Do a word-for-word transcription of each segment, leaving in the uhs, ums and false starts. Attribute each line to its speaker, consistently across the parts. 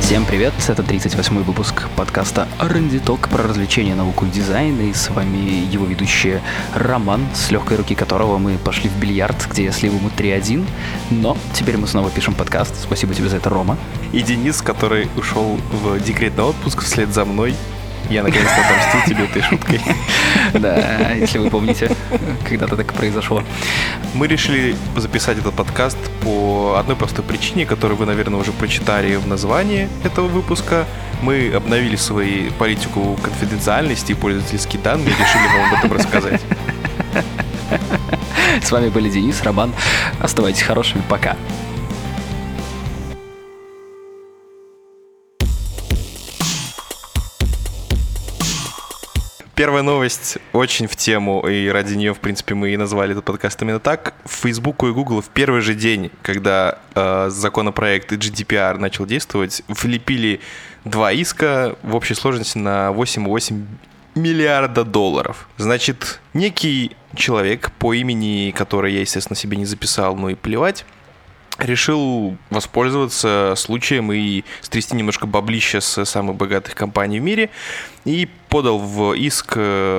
Speaker 1: Всем привет, это тридцать восьмой выпуск подкаста ар энд ди Talk про развлечения, науку и дизайн, и с вами его ведущий Роман, с легкой руки которого мы пошли в бильярд, где я слил ему три один, но теперь мы снова пишем подкаст, спасибо тебе за это, Рома.
Speaker 2: И Денис, который ушел в декретный отпуск вслед за мной. Я наконец-то отомстил тебе этой шуткой.
Speaker 1: Да, если вы помните, когда-то так произошло.
Speaker 2: Мы решили записать этот подкаст по одной простой причине, которую вы, наверное, уже прочитали в названии этого выпуска. Мы обновили свою политику конфиденциальности и пользовательские данные и решили вам об этом рассказать.
Speaker 1: С вами были Денис, Роман. Оставайтесь хорошими, пока.
Speaker 2: Первая новость очень в тему, и ради нее, в принципе, мы и назвали этот подкаст именно так. Facebook и Google в первый же день, когда э, законопроект джи ди пи ар начал действовать, влепили два иска в общей сложности на восемь целых восемь десятых миллиарда долларов. Значит, некий человек, по имени который я, естественно, себе не записал, ну и плевать, решил воспользоваться случаем и стрясти немножко баблища с самых богатых компаний в мире и подал в иск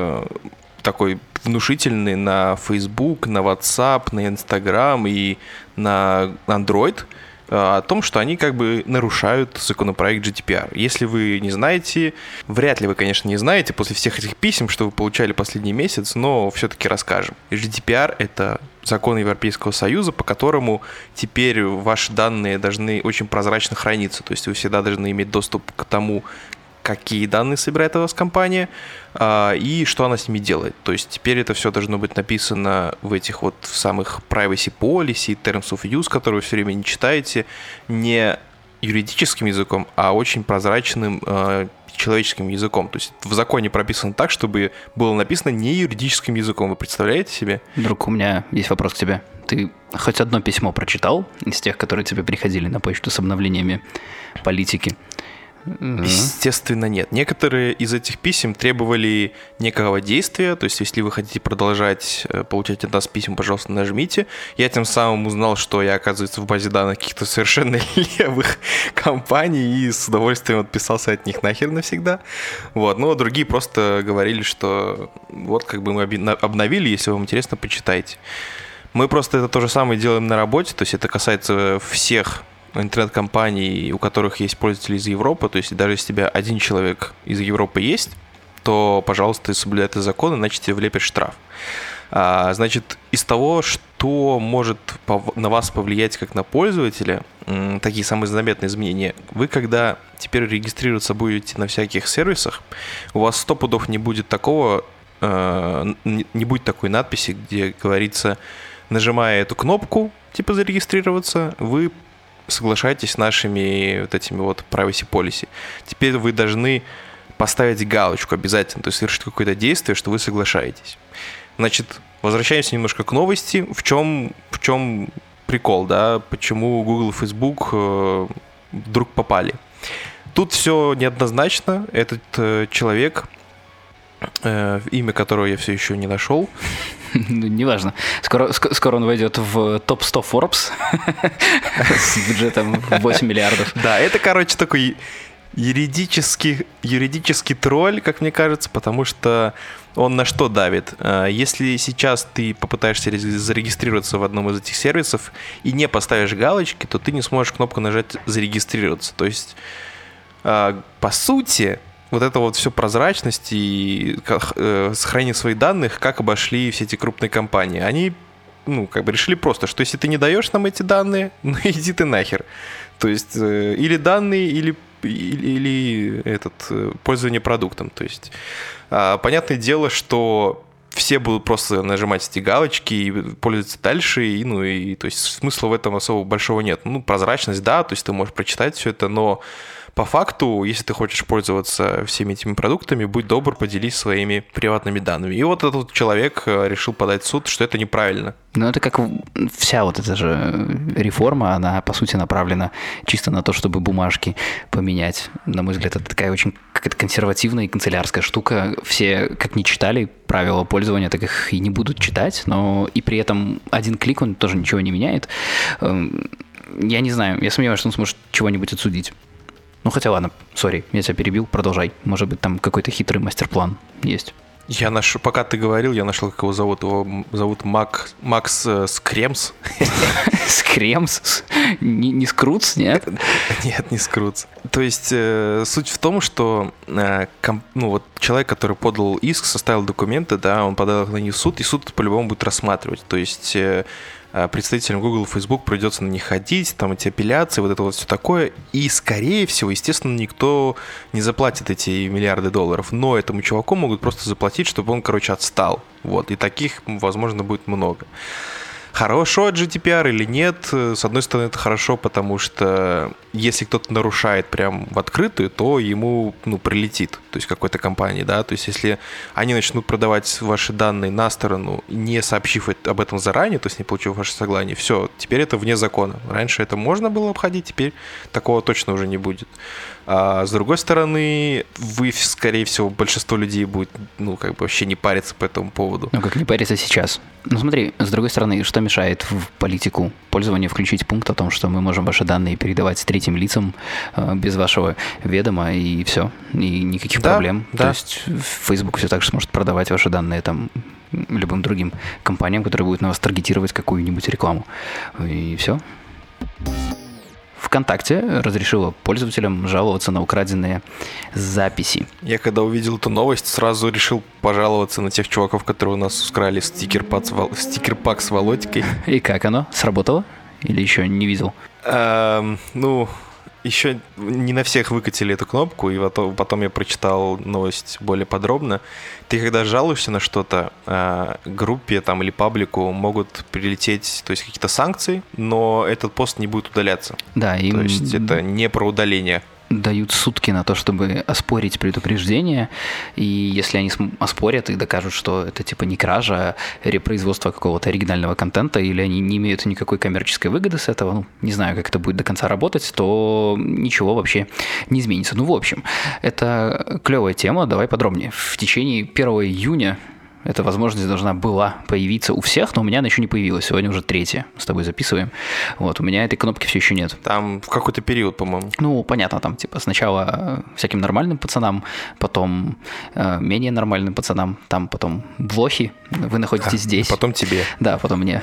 Speaker 2: такой внушительный на Facebook, на WhatsApp, на Instagram и на Android о том, что они как бы нарушают законопроект джи ди пи ар. Если вы не знаете, вряд ли вы, конечно, не знаете после всех этих писем, что вы получали последний месяц, но все-таки расскажем. джи ди пи ар — это закон Европейского Союза, по которому теперь ваши данные должны очень прозрачно храниться. То есть вы всегда должны иметь доступ к тому, какие данные собирает у вас компания и что она с ними делает. То есть теперь это все должно быть написано в этих вот самых privacy policy, terms of use, которые вы все время не читаете, не юридическим языком, а очень прозрачным человеческим языком. То есть в законе прописано так, чтобы было написано не юридическим языком. Вы представляете себе?
Speaker 1: Друг, у меня есть вопрос к тебе. Ты хоть одно письмо прочитал из тех, которые тебе приходили на почту с обновлениями политики?
Speaker 2: Естественно, нет. Некоторые из этих писем требовали некого действия, то есть если вы хотите продолжать получать от нас письма, пожалуйста, нажмите. Я тем самым узнал, что я, оказывается, в базе данных каких-то совершенно левых компаний и с удовольствием отписался от них нахер навсегда. Вот. Но другие просто говорили, что вот как бы мы обновили, если вам интересно, почитайте. Мы просто это то же самое делаем на работе, то есть это касается всех интернет-компаний, у которых есть пользователи из Европы, то есть даже если у тебя один человек из Европы есть, то, пожалуйста, соблюдай этот закон, иначе тебе влепят штраф. А, значит, из того, что может на вас повлиять как на пользователя, такие самые заметные изменения, вы когда теперь регистрироваться будете на всяких сервисах, у вас сто пудов не будет такого, не будет такой надписи, где говорится, нажимая эту кнопку, типа зарегистрироваться, вы соглашайтесь с нашими вот этими вот privacy policy. Теперь вы должны поставить галочку обязательно, то есть совершить какое-то действие, что вы соглашаетесь. Значит, возвращаемся немножко к новости. В чем, в чем прикол, да? Почему Google и Facebook э, вдруг попали? Тут все неоднозначно. Этот э, человек, э, имя которого я все еще не нашел,
Speaker 1: ну, неважно. Скоро, ск- скоро он войдет в топ сто Forbes с бюджетом восемь миллиардов.
Speaker 2: Да, это, короче, такой юридический, юридический тролль, как мне кажется, потому что он на что давит? Если сейчас ты попытаешься зарегистрироваться в одном из этих сервисов и не поставишь галочки, то ты не сможешь кнопку нажать «Зарегистрироваться». То есть, по сути, вот это вот все прозрачность и э, сохранение своих данных, как обошли все эти крупные компании. Они, ну, как бы решили просто, что если ты не даешь нам эти данные, ну, иди ты нахер. То есть, э, или данные, или, или, или этот, э, пользование продуктом. То есть, э, понятное дело, что все будут просто нажимать эти галочки и пользоваться дальше, и, ну, и, то есть, смысла в этом особо большого нет. Ну, прозрачность, да, то есть, ты можешь прочитать все это, но по факту, если ты хочешь пользоваться всеми этими продуктами, будь добр, поделись своими приватными данными. И вот этот человек решил подать в суд, что это неправильно.
Speaker 1: Ну, это как вся вот эта же реформа, она, по сути, направлена чисто на то, чтобы бумажки поменять. На мой взгляд, это такая очень какая-то консервативная и канцелярская штука. Все, как не читали правила пользования, так их и не будут читать, но и при этом один клик, он тоже ничего не меняет. Я не знаю, я сомневаюсь, что он сможет чего-нибудь отсудить. Ну, хотя ладно, сори, я тебя перебил, продолжай. Может быть, там какой-то хитрый мастер-план есть.
Speaker 2: Я нашел, пока ты говорил, я нашел, как его зовут. Его зовут Мак, Макс э, Скремс.
Speaker 1: Скремс? Не, не Скрутс, нет?
Speaker 2: Нет, не Скрутс. То есть э, суть в том, что э, ком, ну, вот человек, который подал иск, составил документы, да, он подал их на них в суд, и суд по-любому будет рассматривать. То есть э, представителям Google и Facebook придется на них ходить, там эти апелляции, вот это вот все такое. И, скорее всего, естественно, никто не заплатит эти миллиарды долларов. Но этому чуваку могут просто заплатить, чтобы он, короче, отстал. Вот. И таких, возможно, будет много. Хорошо джи ди пи ар или нет? С одной стороны, это хорошо, потому что если кто-то нарушает прям в открытую, то ему, ну, прилетит, то есть какой-то компании, да, то есть если они начнут продавать ваши данные на сторону, не сообщив об этом заранее, то есть не получив ваше согласие, все, теперь это вне закона. Раньше это можно было обходить, теперь такого точно уже не будет. А с другой стороны, вы, скорее всего, большинство людей будет, ну, как бы вообще не париться по этому поводу.
Speaker 1: Ну, как не париться сейчас. Ну, смотри, с другой стороны, что мешает в политику пользования включить пункт о том, что мы можем ваши данные передавать третьим лицам э, без вашего ведома, и все, и никаких
Speaker 2: да,
Speaker 1: проблем.
Speaker 2: Да.
Speaker 1: То есть Facebook все так же сможет продавать ваши данные там любым другим компаниям, которые будут на вас таргетировать какую-нибудь рекламу. И все. ВКонтакте разрешила пользователям жаловаться на украденные записи.
Speaker 2: Я когда увидел эту новость, сразу решил пожаловаться на тех чуваков, которые у нас украли стикер-пак с, Вол... стикер-пак с Володькой.
Speaker 1: И как оно? Сработало? Или еще не видел?
Speaker 2: Эм, ну, еще не на всех выкатили эту кнопку, и потом я прочитал новость более подробно. Ты когда жалуешься на что-то, э, группе там, или паблику могут прилететь, то есть какие-то санкции, но этот пост не будет удаляться.
Speaker 1: Да, им...
Speaker 2: То есть это не про удаление.
Speaker 1: Дают сутки на то, чтобы оспорить предупреждение, и если они оспорят и докажут, что это типа не кража, а репроизводство какого-то оригинального контента, или они не имеют никакой коммерческой выгоды с этого, ну, не знаю, как это будет до конца работать, то ничего вообще не изменится. Ну, в общем, это клевая тема, давай подробнее. В течение первого июня эта возможность должна была появиться у всех, но у меня она еще не появилась. Сегодня уже третья. Мы с тобой записываем. Вот, у меня этой кнопки все еще нет.
Speaker 2: Там в какой-то период, по-моему.
Speaker 1: Ну, понятно, там типа сначала всяким нормальным пацанам, потом э, менее нормальным пацанам, там потом блохи, вы находитесь а, здесь.
Speaker 2: Потом тебе.
Speaker 1: Да, потом мне.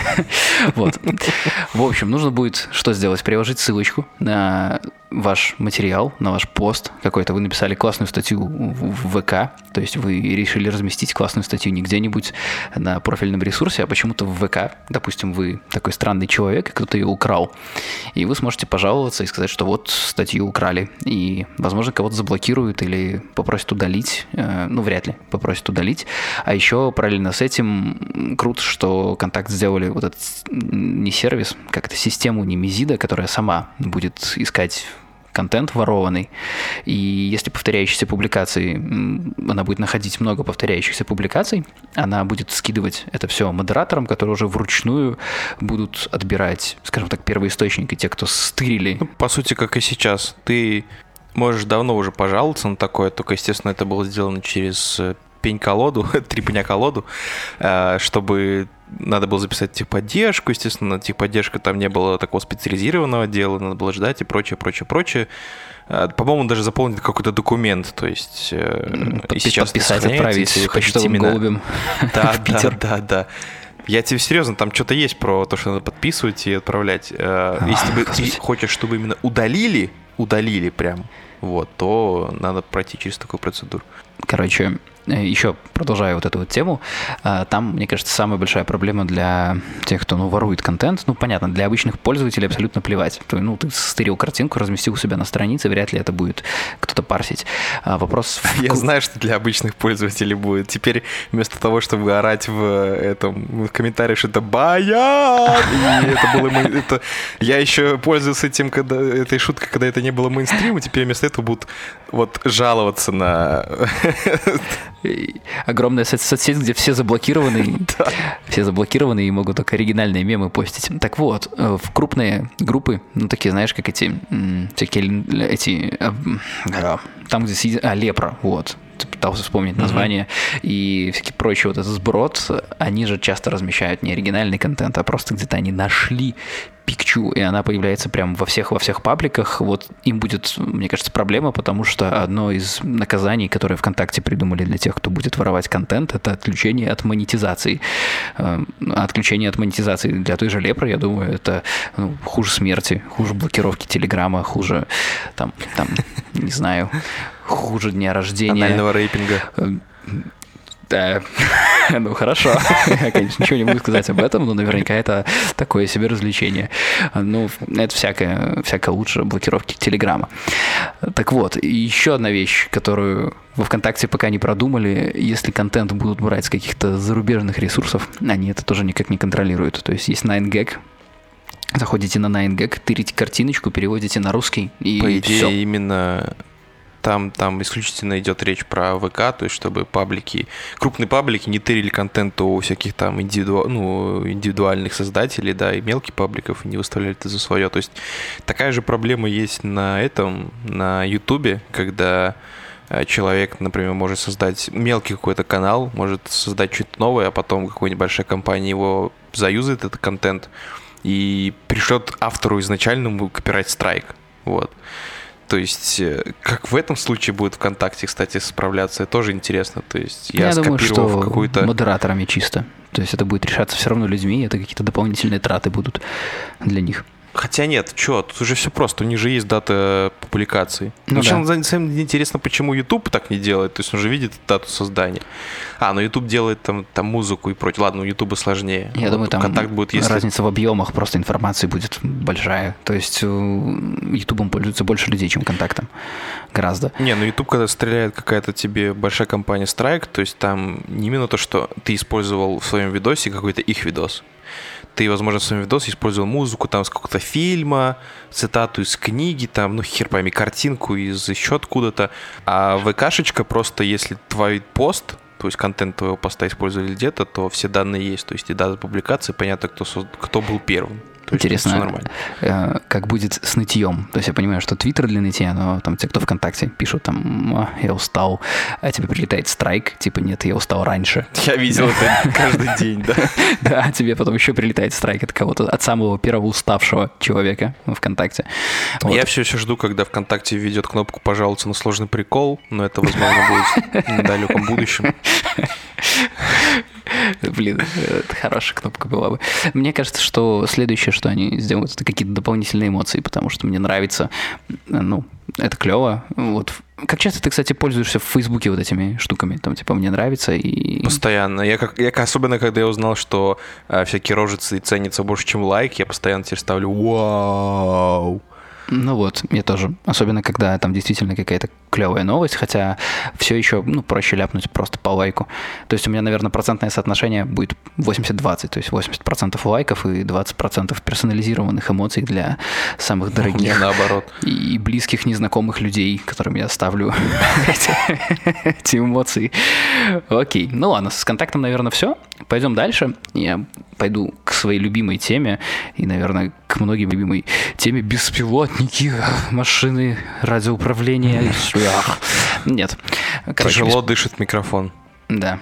Speaker 1: Вот. В общем, нужно будет что сделать? Приложить ссылочку на ваш материал, на ваш пост какой-то. Вы написали классную статью в ВК, то есть вы решили разместить классную статью не где-нибудь на профильном ресурсе, а почему-то в ВК. Допустим, вы такой странный человек, и кто-то ее украл. И вы сможете пожаловаться и сказать, что вот статью украли. И, возможно, кого-то заблокируют или попросят удалить. Ну, вряд ли попросят удалить. А еще параллельно с этим круто, что Контакт сделали вот этот не сервис, как-то систему Немезида, которая сама будет искать контент ворованный, и если повторяющиеся публикации, она будет находить много повторяющихся публикаций, она будет скидывать это все модераторам, которые уже вручную будут отбирать, скажем так, первоисточники, те, кто стырили.
Speaker 2: Ну, по сути, как и сейчас. Ты можешь давно уже пожаловаться на такое, только, естественно, это было сделано через пень-колоду, три пеня-колоду, чтобы надо было записать техподдержку, естественно, техподдержка там не было такого специализированного дела, надо было ждать и прочее, прочее, прочее. По-моему, даже заполнить какой-то документ, то есть
Speaker 1: Подпи- сейчас подписать, отправить почтовым именно... голубем
Speaker 2: да, в Питер. Да, да, да. Я тебе серьезно, там что-то есть про то, что надо подписывать и отправлять. А, Если бы ты хочешь, чтобы именно удалили, удалили прям, вот, то надо пройти через такую процедуру.
Speaker 1: Короче, еще продолжая вот эту вот тему, там, мне кажется, самая большая проблема для тех, кто, ну, ворует контент. Ну, понятно, для обычных пользователей абсолютно плевать. Ну, ты стырил картинку, разместил у себя на странице, вряд ли это будет кто-то парсить. А вопрос...
Speaker 2: Я знаю, что для обычных пользователей будет. Теперь вместо того, чтобы орать в этом в комментариях, что это баян! И это было... Это... Я еще пользовался этим, когда... этой шуткой, когда это не было мейнстримом, теперь вместо этого будут вот жаловаться на...
Speaker 1: Огромная соцсеть, где все заблокированы, да. все заблокированы и могут только оригинальные мемы постить. Так вот, в крупные группы, ну такие, знаешь, как эти всякие эти там, где сидят, а, лепра, вот. пытался вспомнить название, mm-hmm. и всякие прочие вот этот сброд, они же часто размещают не оригинальный контент, а просто где-то они нашли пикчу, и она появляется прям во всех, во всех пабликах. Вот им будет, мне кажется, проблема, потому что одно из наказаний, которые ВКонтакте придумали для тех, кто будет воровать контент, это отключение от монетизации. Отключение от монетизации для той же Лепры, я думаю, это ну, хуже смерти, хуже блокировки Телеграма, хуже там, там, не знаю, хуже дня рождения.
Speaker 2: Анального рейпинга.
Speaker 1: Да, ну хорошо. Я, конечно, ничего не буду сказать об этом, но наверняка это такое себе развлечение. Ну, это всякое, всякое лучше блокировки Телеграма. Так вот, еще одна вещь, которую во ВКонтакте пока не продумали, если контент будут брать с каких-то зарубежных ресурсов, они это тоже никак не контролируют. То есть есть найн гэг, заходите на найн гэг, тырите картиночку, переводите на русский, и
Speaker 2: по идее,
Speaker 1: все.
Speaker 2: Именно... Там, там исключительно идет речь про ВК, то есть чтобы паблики, крупные паблики не тырили контент у всяких там индивиду, ну, индивидуальных создателей, да, и мелких пабликов, и не выставляли это за свое. То есть такая же проблема есть на этом, на Ютубе, когда человек, например, может создать мелкий какой-то канал, может создать что-то новое, а потом какая-нибудь большая компания его заюзает, этот контент, и пришлет автору изначальному копирайт-страйк. Вот. То есть, как в этом случае будет ВКонтакте, кстати, справляться, тоже интересно. То есть, я,
Speaker 1: я думаю, что
Speaker 2: какую-то...
Speaker 1: модераторами чисто. То есть, это будет решаться все равно людьми, это какие-то дополнительные траты будут для них.
Speaker 2: Хотя нет, что, тут уже все просто, у них же есть дата публикации. Ну, вообще, да. На самом деле интересно, почему YouTube так не делает, то есть он же видит дату создания. А, ну YouTube делает там, там музыку и прочее. Ладно, у YouTube сложнее.
Speaker 1: Я
Speaker 2: вот,
Speaker 1: думаю, там
Speaker 2: контакт будет, если...
Speaker 1: разница в объемах просто информации будет большая. То есть YouTube пользуется больше людей, чем контактом. Гораздо.
Speaker 2: Не, ну YouTube, когда стреляет какая-то тебе большая компания страйк, то есть там не именно то, что ты использовал в своем видосе какой-то их видос. Ты, возможно, в своем видосе использовал музыку там с какого-то фильма, цитату из книги, там, ну, хер пойми, картинку из еще откуда-то. А ВКшечка просто, если твой пост, то есть контент твоего поста использовали где-то, то все данные есть. То есть и дата публикации, понятно, кто, кто был первым. То
Speaker 1: интересно, как будет с нытьем. То есть я понимаю, что Твиттер для нытья, но там те, кто ВКонтакте пишут, там, я устал, а тебе прилетает страйк, типа, нет, я устал раньше.
Speaker 2: Я видел это каждый день, да.
Speaker 1: Да, а тебе потом еще прилетает страйк от кого-то, от самого первого уставшего человека ВКонтакте.
Speaker 2: Я все еще жду, когда ВКонтакте введет кнопку «Пожаловаться на сложный прикол», но это, возможно, будет в недалеком будущем.
Speaker 1: Блин, это хорошая кнопка была бы. Мне кажется, что следующее, что они сделают, это какие-то дополнительные эмоции, потому что мне нравится, ну, это клево. Вот. Как часто ты, кстати, пользуешься в Фейсбуке вот этими штуками? Там, типа, мне нравится и...
Speaker 2: Постоянно. Я, как, я особенно, когда я узнал, что а, всякие рожицы ценятся больше, чем лайк, я постоянно теперь ставлю «Вау!».
Speaker 1: Ну вот, я тоже. Особенно, когда там действительно какая-то клевая новость, хотя все еще, ну, проще ляпнуть просто по лайку. То есть у меня, наверное, процентное соотношение будет восемьдесят двадцать, то есть восемьдесят процентов лайков и двадцать процентов персонализированных эмоций для самых дорогих
Speaker 2: наоборот.
Speaker 1: И близких незнакомых людей, которым я ставлю эти эмоции. Окей, ну ладно, с контактом, наверное, все. Пойдем дальше. Я пойду к своей любимой теме и, наверное, к многим любимой теме беспилотники, машины, радиоуправление. Нет.
Speaker 2: Короче, Тяжело бесп... дышит микрофон.
Speaker 1: Да.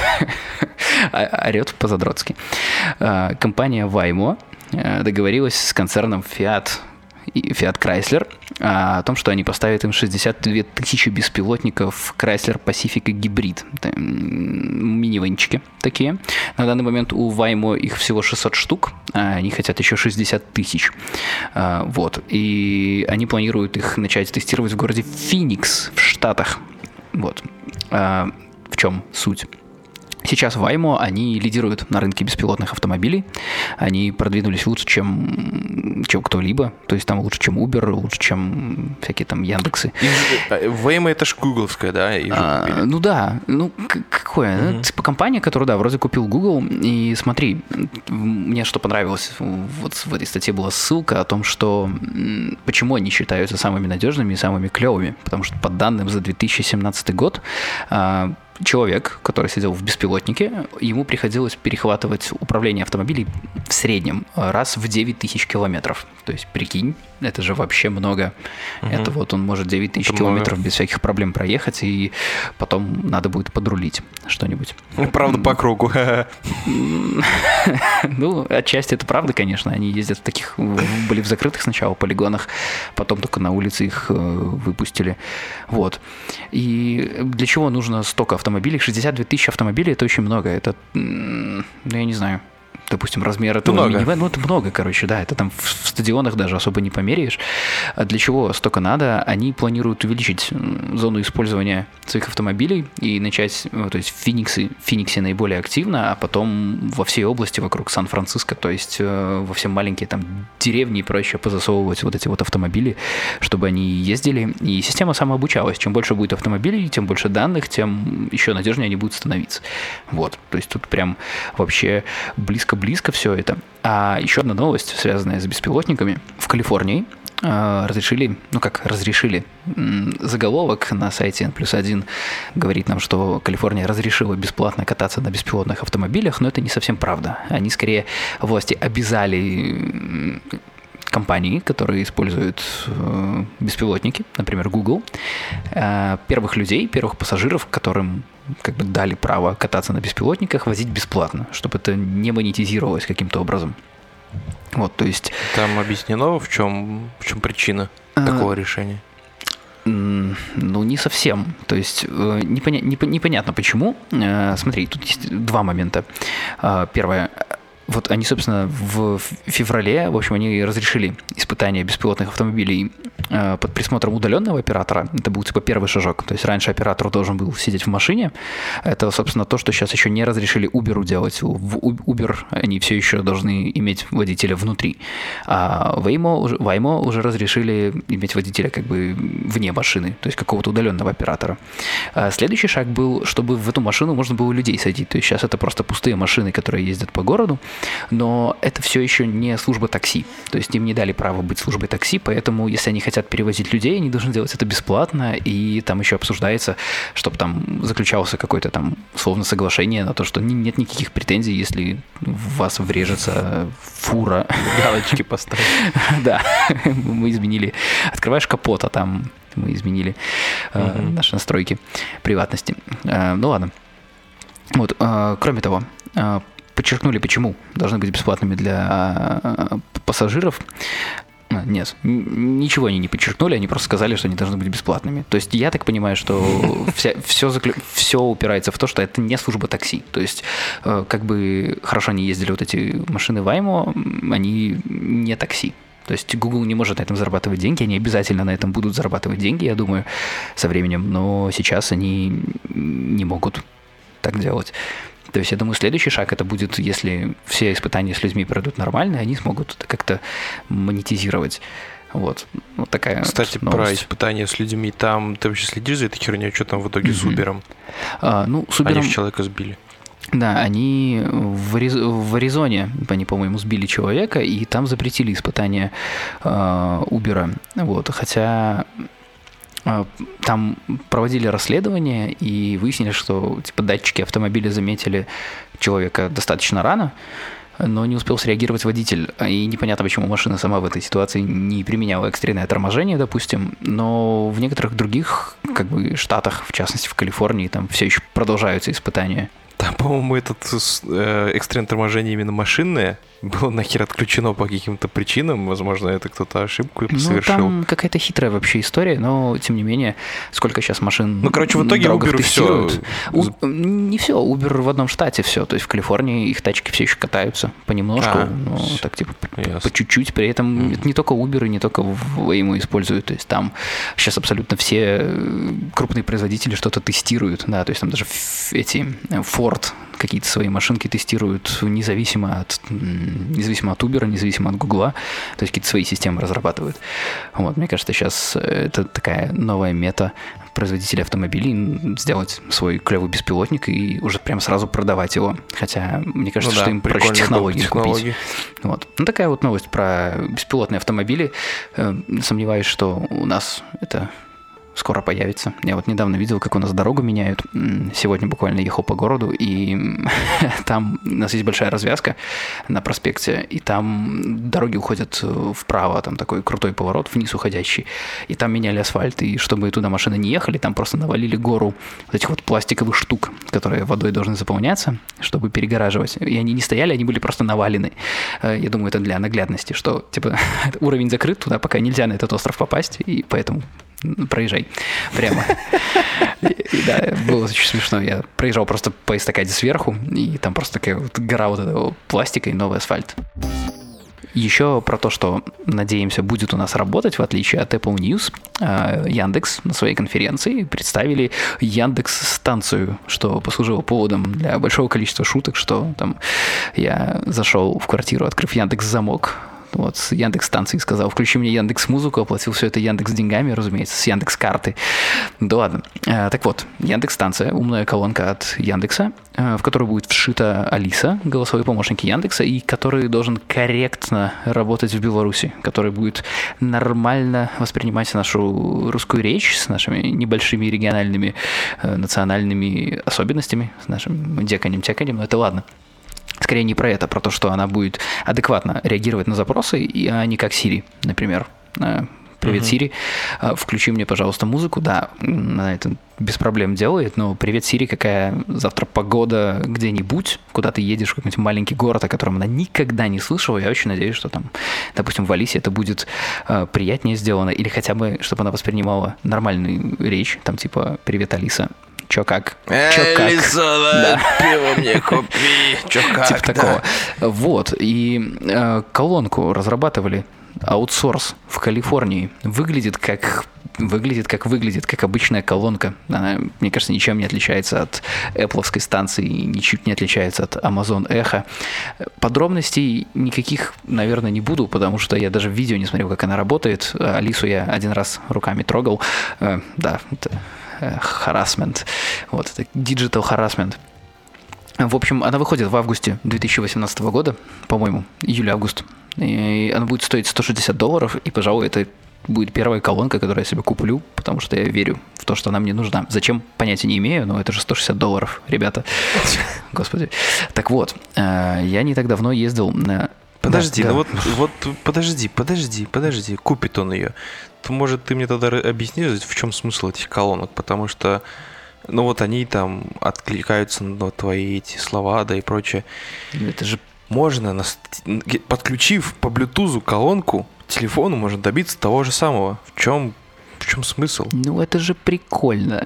Speaker 1: Орет по-задротски. Компания Waymo договорилась с концерном Fiat и Fiat Chrysler о том, что они поставят им шестьдесят две тысячи беспилотников Chrysler Pacifica Hybrid. Минивенчики такие. На данный момент у Waymo их всего шестьсот штук, а они хотят еще шестьдесят тысяч. Вот. И они планируют их начать тестировать в городе Феникс в Штатах. Вот. В чем суть? Сейчас Waymo, они лидируют на рынке беспилотных автомобилей. Они продвинулись лучше, чем, чем кто-либо. То есть там лучше, чем Uber, лучше, чем всякие там Яндексы.
Speaker 2: Waymo это ж гугловская, да?
Speaker 1: А, ну да. Ну, какое? Mm-hmm. Типа компания, которая, да, вроде купил Google. И смотри, мне что понравилось, вот в этой статье была ссылка о том, что почему они считаются самыми надежными и самыми клевыми. Потому что по данным за две тысячи семнадцатый год человек, который сидел в беспилотнике, ему приходилось перехватывать управление автомобилем в среднем раз в девять тысяч километров. То есть, прикинь, это же вообще много. Угу. Это вот он может девять тысяч километров много. Без всяких проблем проехать, и потом надо будет подрулить что-нибудь.
Speaker 2: Правда, по кругу.
Speaker 1: Ну, отчасти это правда, конечно. Они ездят в таких, были в закрытых сначала полигонах, потом только на улице их выпустили. Вот. И для чего нужно столько автомобилей? шестьдесят две тысячи автомобилей — это очень много. Это, ну, я не знаю, допустим, размер этого минивэна, ну, это много, короче, да, это там в стадионах даже особо не померяешь. А для чего столько надо? Они планируют увеличить зону использования своих автомобилей и начать, то есть в Фениксе, в Фениксе наиболее активно, а потом во всей области вокруг Сан-Франциско, то есть во все маленькие там деревни и прочее позасовывать вот эти вот автомобили, чтобы они ездили, и система самообучалась. Чем больше будет автомобилей, тем больше данных, тем еще надежнее они будут становиться. Вот, то есть тут прям вообще близко близко все это. А еще одна новость, связанная с беспилотниками. В Калифорнии э, разрешили, ну как разрешили, м- заголовок на сайте эн плюс один говорит нам, что Калифорния разрешила беспплатно кататься на беспилотных автомобилях, но это не совсем правда. Они скорее, власти обязали компании, которые используют э, беспилотники, например, Google, э, первых людей, первых пассажиров, которым как бы дали право кататься на беспилотниках, возить бесплатно, чтобы это не монетизировалось каким-то образом. Вот, то есть...
Speaker 2: Там объяснено, в чем, в чем причина а, такого решения?
Speaker 1: Ну, не совсем. То есть непоня- непо- непонятно почему. Смотри, тут есть два момента. Первое. Вот они, собственно, в феврале, в общем, они разрешили испытание беспилотных автомобилей э, под присмотром удаленного оператора. Это был, типа, первый шажок. То есть раньше оператор должен был сидеть в машине. Это, собственно, то, что сейчас еще не разрешили Uber делать. В Uber они все еще должны иметь водителя внутри. А Waymo, Waymo уже разрешили иметь водителя как бы вне машины, то есть какого-то удаленного оператора. А следующий шаг был, чтобы в эту машину можно было людей садить. То есть сейчас это просто пустые машины, которые ездят по городу. Но это все еще не служба такси. То есть им не дали право быть службой такси, поэтому если они хотят перевозить людей, они должны делать это бесплатно, и там еще обсуждается, чтобы там заключался какое-то там условно соглашение на то, что нет никаких претензий, если в вас врежется фура.
Speaker 2: Галочки поставить.
Speaker 1: Да, мы изменили. Открываешь капот, а там мы изменили наши настройки приватности. Ну ладно. Вот, кроме того, подчеркнули, почему должны быть бесплатными для пассажиров. Нет, ничего они не подчеркнули, они просто сказали, что они должны быть бесплатными. То есть я так понимаю, что вся, все, заклю... все упирается в то, что это не служба такси. То есть как бы хорошо они ездили вот эти машины Waymo, они не такси. То есть Google не может на этом зарабатывать деньги, они обязательно на этом будут зарабатывать деньги, я думаю, со временем, но сейчас они не могут так делать. То есть, я думаю, следующий шаг это будет, если все испытания с людьми пройдут нормально, они смогут это как-то монетизировать. Вот, вот такая
Speaker 2: Кстати,
Speaker 1: новость.
Speaker 2: Про испытания с людьми, там ты вообще следишь за этой херней, что там в итоге mm-hmm. с Uber'ом?
Speaker 1: А, ну, с Uber'ом...
Speaker 2: Они же человека сбили.
Speaker 1: Да, они в, Ариз... в Аризоне, они, по-моему, сбили человека, и там запретили испытания э, Uber'а. Вот, хотя... Там проводили расследование и выяснили, что типа датчики автомобиля заметили человека достаточно рано, но не успел среагировать водитель. И непонятно, почему машина сама в этой ситуации не применяла экстренное торможение, допустим. Но в некоторых других как бы, штатах, в частности в Калифорнии, там все еще продолжаются испытания.
Speaker 2: Там, по-моему, этот э, экстренное торможение именно машинное было нахер отключено по каким-то причинам. Возможно, это кто-то ошибку совершил.
Speaker 1: Ну, там какая-то хитрая вообще история, но, тем не менее, сколько сейчас машин
Speaker 2: Ну, короче, в итоге Uber
Speaker 1: тестируют.
Speaker 2: все...
Speaker 1: У... Не все, Uber в одном штате все. То есть в Калифорнии их тачки все еще катаются понемножку, а, но так типа ясно. По чуть-чуть. При этом mm. это не только Uber и не только Waymo используют. То есть там сейчас абсолютно все крупные производители что-то тестируют. Да, то есть там даже эти Ford какие-то свои машинки тестируют независимо от, независимо от Uber, независимо от Google, то есть какие-то свои системы разрабатывают. Вот, мне кажется, сейчас это такая новая мета производителей автомобилей сделать свой клевый беспилотник и уже прям сразу продавать его. Хотя, мне кажется, ну, что да, им проще технологии купить. Вот. Ну, такая вот новость про беспилотные автомобили. Сомневаюсь, что у нас это скоро появится. Я вот недавно видел, как у нас дорогу меняют. Сегодня буквально ехал по городу, и там у нас есть большая развязка на проспекте, и там дороги уходят вправо, там такой крутой поворот, вниз уходящий. И там меняли асфальт, и чтобы туда машины не ехали, там просто навалили гору вот этих вот пластиковых штук, которые водой должны заполняться, чтобы перегораживать. И они не стояли, они были просто навалены. Я думаю, это для наглядности, что типа уровень закрыт, туда пока нельзя на этот остров попасть, и поэтому проезжай прямо. И, да, было очень смешно. Я проезжал просто по эстакаде сверху, и там просто такая вот гора вот этого пластика и новый асфальт. Еще про то, что, надеемся, будет у нас работать, в отличие от Apple News, Яндекс на своей конференции представили Яндекс-станцию, что послужило поводом для большого количества шуток, что там я зашел в квартиру, открыв Яндекс-замок, вот, с Яндекс-станции сказал, включи мне Яндекс.Музыку, оплатил все это Яндекс деньгами, разумеется, с Яндекс-карты. Да ладно. А, так вот, Яндекс-станция, умная колонка от Яндекса, в которую будет вшита Алиса, голосовой помощник Яндекса, и который должен корректно работать в Беларуси, который будет нормально воспринимать нашу русскую речь с нашими небольшими региональными национальными особенностями, с нашим деканем-теканем, но это ладно. Скорее не про это, про то, что она будет адекватно реагировать на запросы, а не как Siri, например. Привет, uh-huh. Siri, включи мне, пожалуйста, музыку. Да, она это без проблем делает, но привет, Siri, какая завтра погода где-нибудь, куда ты едешь, в какой-нибудь маленький город, о котором она никогда не слышала. Я очень надеюсь, что там, допустим, в Алисе это будет э, приятнее сделано, или хотя бы, чтобы она воспринимала нормальную речь, там типа «Привет, Алиса». Чё как? Чё как?
Speaker 2: Алиса, да. Пиво мне купи. Чё как?
Speaker 1: Типа да. Такого. Вот. И э, колонку разрабатывали аутсорс в Калифорнии. Выглядит как... Выглядит как выглядит, как обычная колонка. Она, мне кажется, ничем не отличается от Apple-овской станции, ничуть не отличается от Amazon Echo. Подробностей никаких, наверное, не буду, потому что я даже в видео не смотрел, как она работает. Алису я один раз руками трогал. Э, да, это... harassment. Вот, это digital harassment. В общем, она выходит в августе две тысячи восемнадцатого года, по-моему, июль-август. И она будет стоить сто шестьдесят долларов, и, пожалуй, это будет первая колонка, которую я себе куплю, потому что я верю в то, что она мне нужна. Зачем, понятия не имею, но это же сто шестьдесят долларов, ребята. Господи. Так вот, я не так давно ездил на...
Speaker 2: Подожди, да, ну да. вот, вот подожди, подожди, подожди, купит он ее. То, может, ты мне тогда объяснишь, в чем смысл этих колонок, потому что, ну вот они там откликаются на твои эти слова, да и прочее.
Speaker 1: Это же
Speaker 2: можно, подключив по Bluetooth колонку к телефону, можно добиться того же самого. В чем, в чем смысл?
Speaker 1: Ну это же прикольно.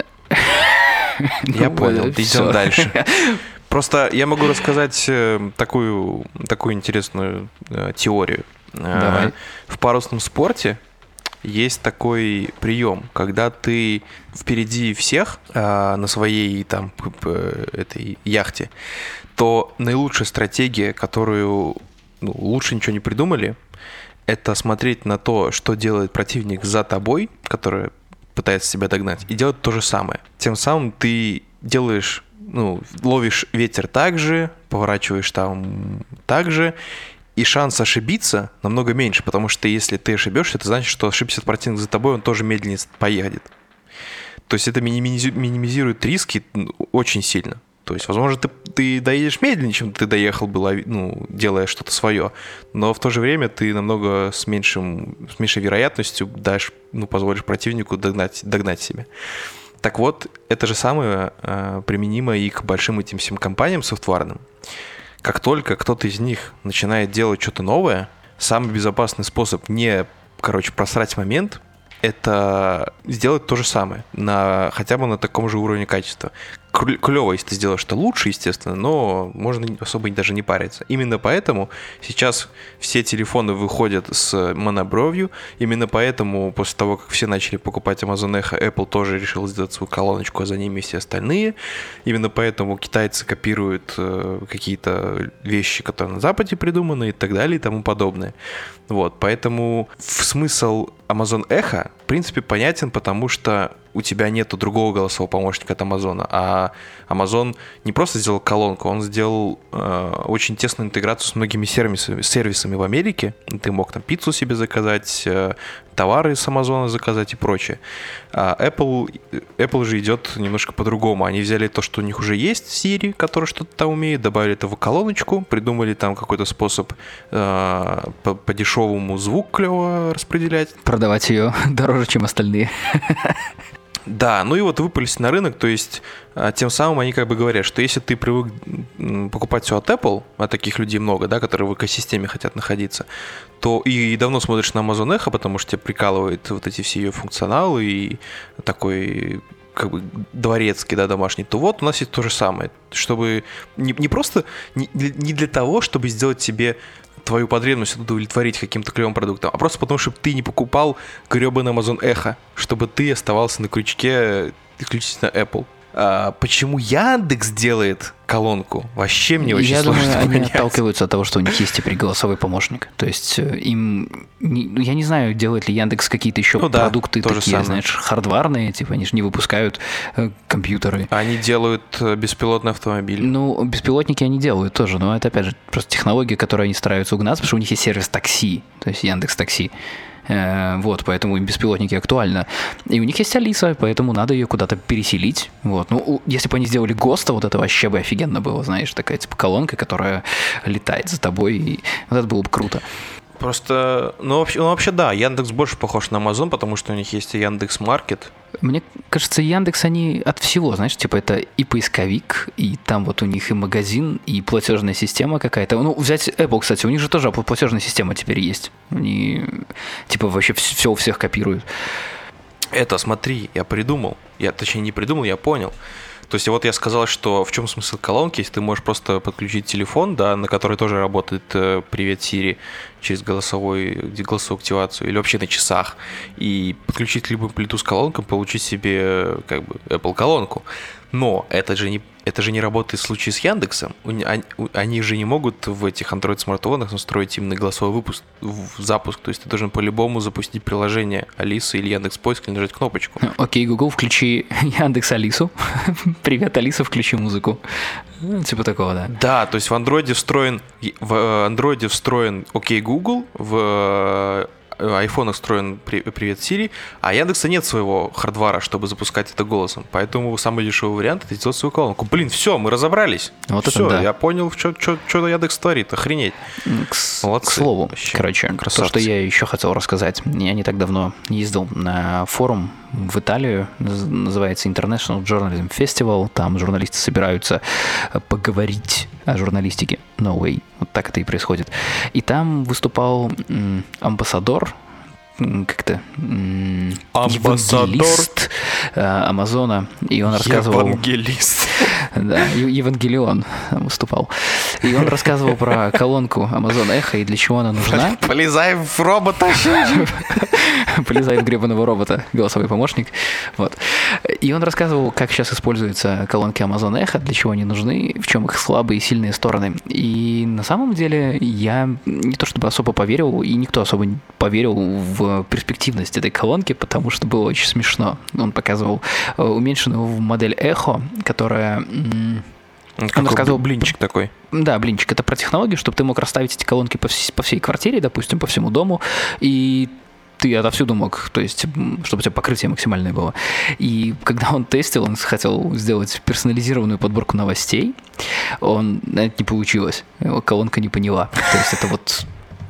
Speaker 2: Я понял, идем дальше. Просто я могу рассказать такую, такую интересную э, теорию.
Speaker 1: Давай.
Speaker 2: В парусном спорте есть такой прием, когда ты впереди всех э, на своей там этой яхте, то наилучшая стратегия, которую ну, лучше ничего не придумали, это смотреть на то, что делает противник за тобой, который пытается себя догнать, и делать то же самое. Тем самым ты делаешь ну, ловишь ветер так же, поворачиваешь там так же, и шанс ошибиться намного меньше, потому что если ты ошибешься, это значит, что ошибся противник за тобой, он тоже медленнее поедет. То есть это минимизирует риски очень сильно. То есть, возможно, ты, ты доедешь медленнее, чем ты доехал бы, ну, делая что-то свое, но в то же время ты намного с, меньшим, с меньшей вероятностью дашь, ну, позволишь противнику догнать, догнать себя. Так вот, это же самое э, применимо и к большим этим всем компаниям софтварным. Как только кто-то из них начинает делать что-то новое, самый безопасный способ не, короче, просрать момент, это сделать то же самое, на, хотя бы на таком же уровне качества. Клево, если ты сделаешь что лучше, естественно, но можно особо даже не париться. Именно поэтому сейчас все телефоны выходят с монобровью. Именно поэтому после того, как все начали покупать Amazon Echo, Apple тоже решил сделать свою колоночку, а за ними все остальные. Именно поэтому китайцы копируют э, какие-то вещи, которые на Западе придуманы и так далее и тому подобное. Вот, поэтому смысл Amazon Echo в принципе, понятен, потому что у тебя нету другого голосового помощника от Амазона, а Amazon не просто сделал колонку, он сделал э, очень тесную интеграцию с многими сервисами, сервисами в Америке. Ты мог там пиццу себе заказать, э, товары с Амазона заказать и прочее. А Apple, Apple же идет немножко по-другому. Они взяли то, что у них уже есть, Siri, который что-то там умеет, добавили это в колоночку, придумали там какой-то способ э, по, по дешевому звук клево распределять.
Speaker 1: Продавать ее дороже, чем остальные.
Speaker 2: Да, ну и вот выпались на рынок, то есть тем самым они как бы говорят, что если ты привык покупать все от Apple, а таких людей много, да, которые в экосистеме хотят находиться, то и давно смотришь на Amazon Echo, потому что тебя прикалывает вот эти все ее функционалы и такой как бы дворецкий, да, домашний, то вот у нас есть то же самое, чтобы не, не просто, не, не для того, чтобы сделать себе твою потребность удовлетворить каким-то клевым продуктом, а просто потому, чтобы ты не покупал гребаный Amazon Echo, чтобы ты оставался на крючке исключительно Apple. А почему Яндекс делает колонку? Вообще мне очень
Speaker 1: я
Speaker 2: сложно
Speaker 1: думаю,
Speaker 2: понять.
Speaker 1: они отталкиваются от того, что у них есть теперь голосовой помощник. То есть им... Не, я не знаю, делает ли Яндекс какие-то еще
Speaker 2: ну,
Speaker 1: продукты
Speaker 2: да,
Speaker 1: такие, знаешь, хардварные, типа они же не выпускают э, компьютеры.
Speaker 2: Они делают беспилотный автомобиль.
Speaker 1: Ну, беспилотники они делают тоже, но это, опять же, просто технология, которую они стараются угнаться, потому что у них есть сервис такси, то есть Яндекс Такси. Вот, поэтому им беспилотники актуальны. И у них есть Алиса, поэтому надо ее куда-то переселить. Вот. Ну, если бы они сделали ГОСТа, вот это вообще бы офигенно было, знаешь, такая типа колонка, которая летает за тобой, и вот это было бы круто.
Speaker 2: Просто, ну вообще, ну вообще да, Яндекс больше похож на Amazon, потому что у них есть Яндекс.Маркет.
Speaker 1: Мне кажется, Яндекс, они от всего, знаешь, типа это и поисковик, и там вот у них и магазин, и платежная система какая-то. Ну, взять Apple, кстати, у них же тоже платежная система теперь есть. Они типа вообще все у всех копируют.
Speaker 2: Это, смотри, я придумал. Я, точнее, не придумал, я понял. То есть вот я сказал, что в чем смысл колонки, если ты можешь просто подключить телефон, да, на который тоже работает э, «Привет, Siri» через голосовой, голосовую активацию или вообще на часах, и подключить любым Bluetooth колонкам, получить себе как бы Apple колонку. Но это же не, это же не работает в случае с Яндексом. Они, они же не могут в этих Android-смартфонах настроить именно голосовой выпуск, в запуск. То есть ты должен по-любому запустить приложение Алисы или Яндекс.Поиск и нажать кнопочку.
Speaker 1: Окей, Google, включи Яндекс Алису. Привет, Алиса, включи музыку. Типа такого, да.
Speaker 2: Да, то есть в Android встроен, в Android встроен Окей, Google, в iPhone встроен «Привет, Siri», а Яндекса нет своего хардвара, чтобы запускать это голосом. Поэтому самый дешевый вариант — это сделать свою колонку. Блин, все, мы разобрались. Вот все, да. Я понял, что, что, что Яндекс творит. Охренеть.
Speaker 1: К, к слову, вообще. Короче, красавцы. То, что я еще хотел рассказать. Я не так давно ездил на форум в Италию, называется International Journalism Festival. Там журналисты собираются поговорить о журналистике. No way. Вот так это и происходит. И там выступал м, амбассадор, как-то м, евангелист э, Амазона, и он рассказывал...
Speaker 2: Евангелист.
Speaker 1: Да, Евангелион выступал. И он рассказывал про колонку Amazon Echo и для чего она нужна.
Speaker 2: Полезай в робота.
Speaker 1: Полезай в гребаного робота, голосовой помощник. Вот. И он рассказывал, как сейчас используются колонки Amazon Echo, для чего они нужны, в чем их слабые и сильные стороны. И на самом деле я не то чтобы особо поверил, и никто особо не поверил в перспективность этой колонки, потому что было очень смешно. Он показывал уменьшенную модель Echo, которая...
Speaker 2: Как он рассказывал блинчик такой.
Speaker 1: Да, блинчик. Это про технологию, чтобы ты мог расставить эти колонки по, вс- по всей квартире, допустим, по всему дому, и ты отовсюду мог, то есть, чтобы у тебя покрытие максимальное было. И когда он тестил, он хотел сделать персонализированную подборку новостей, он, это не получилось. Его колонка не поняла. То есть это вот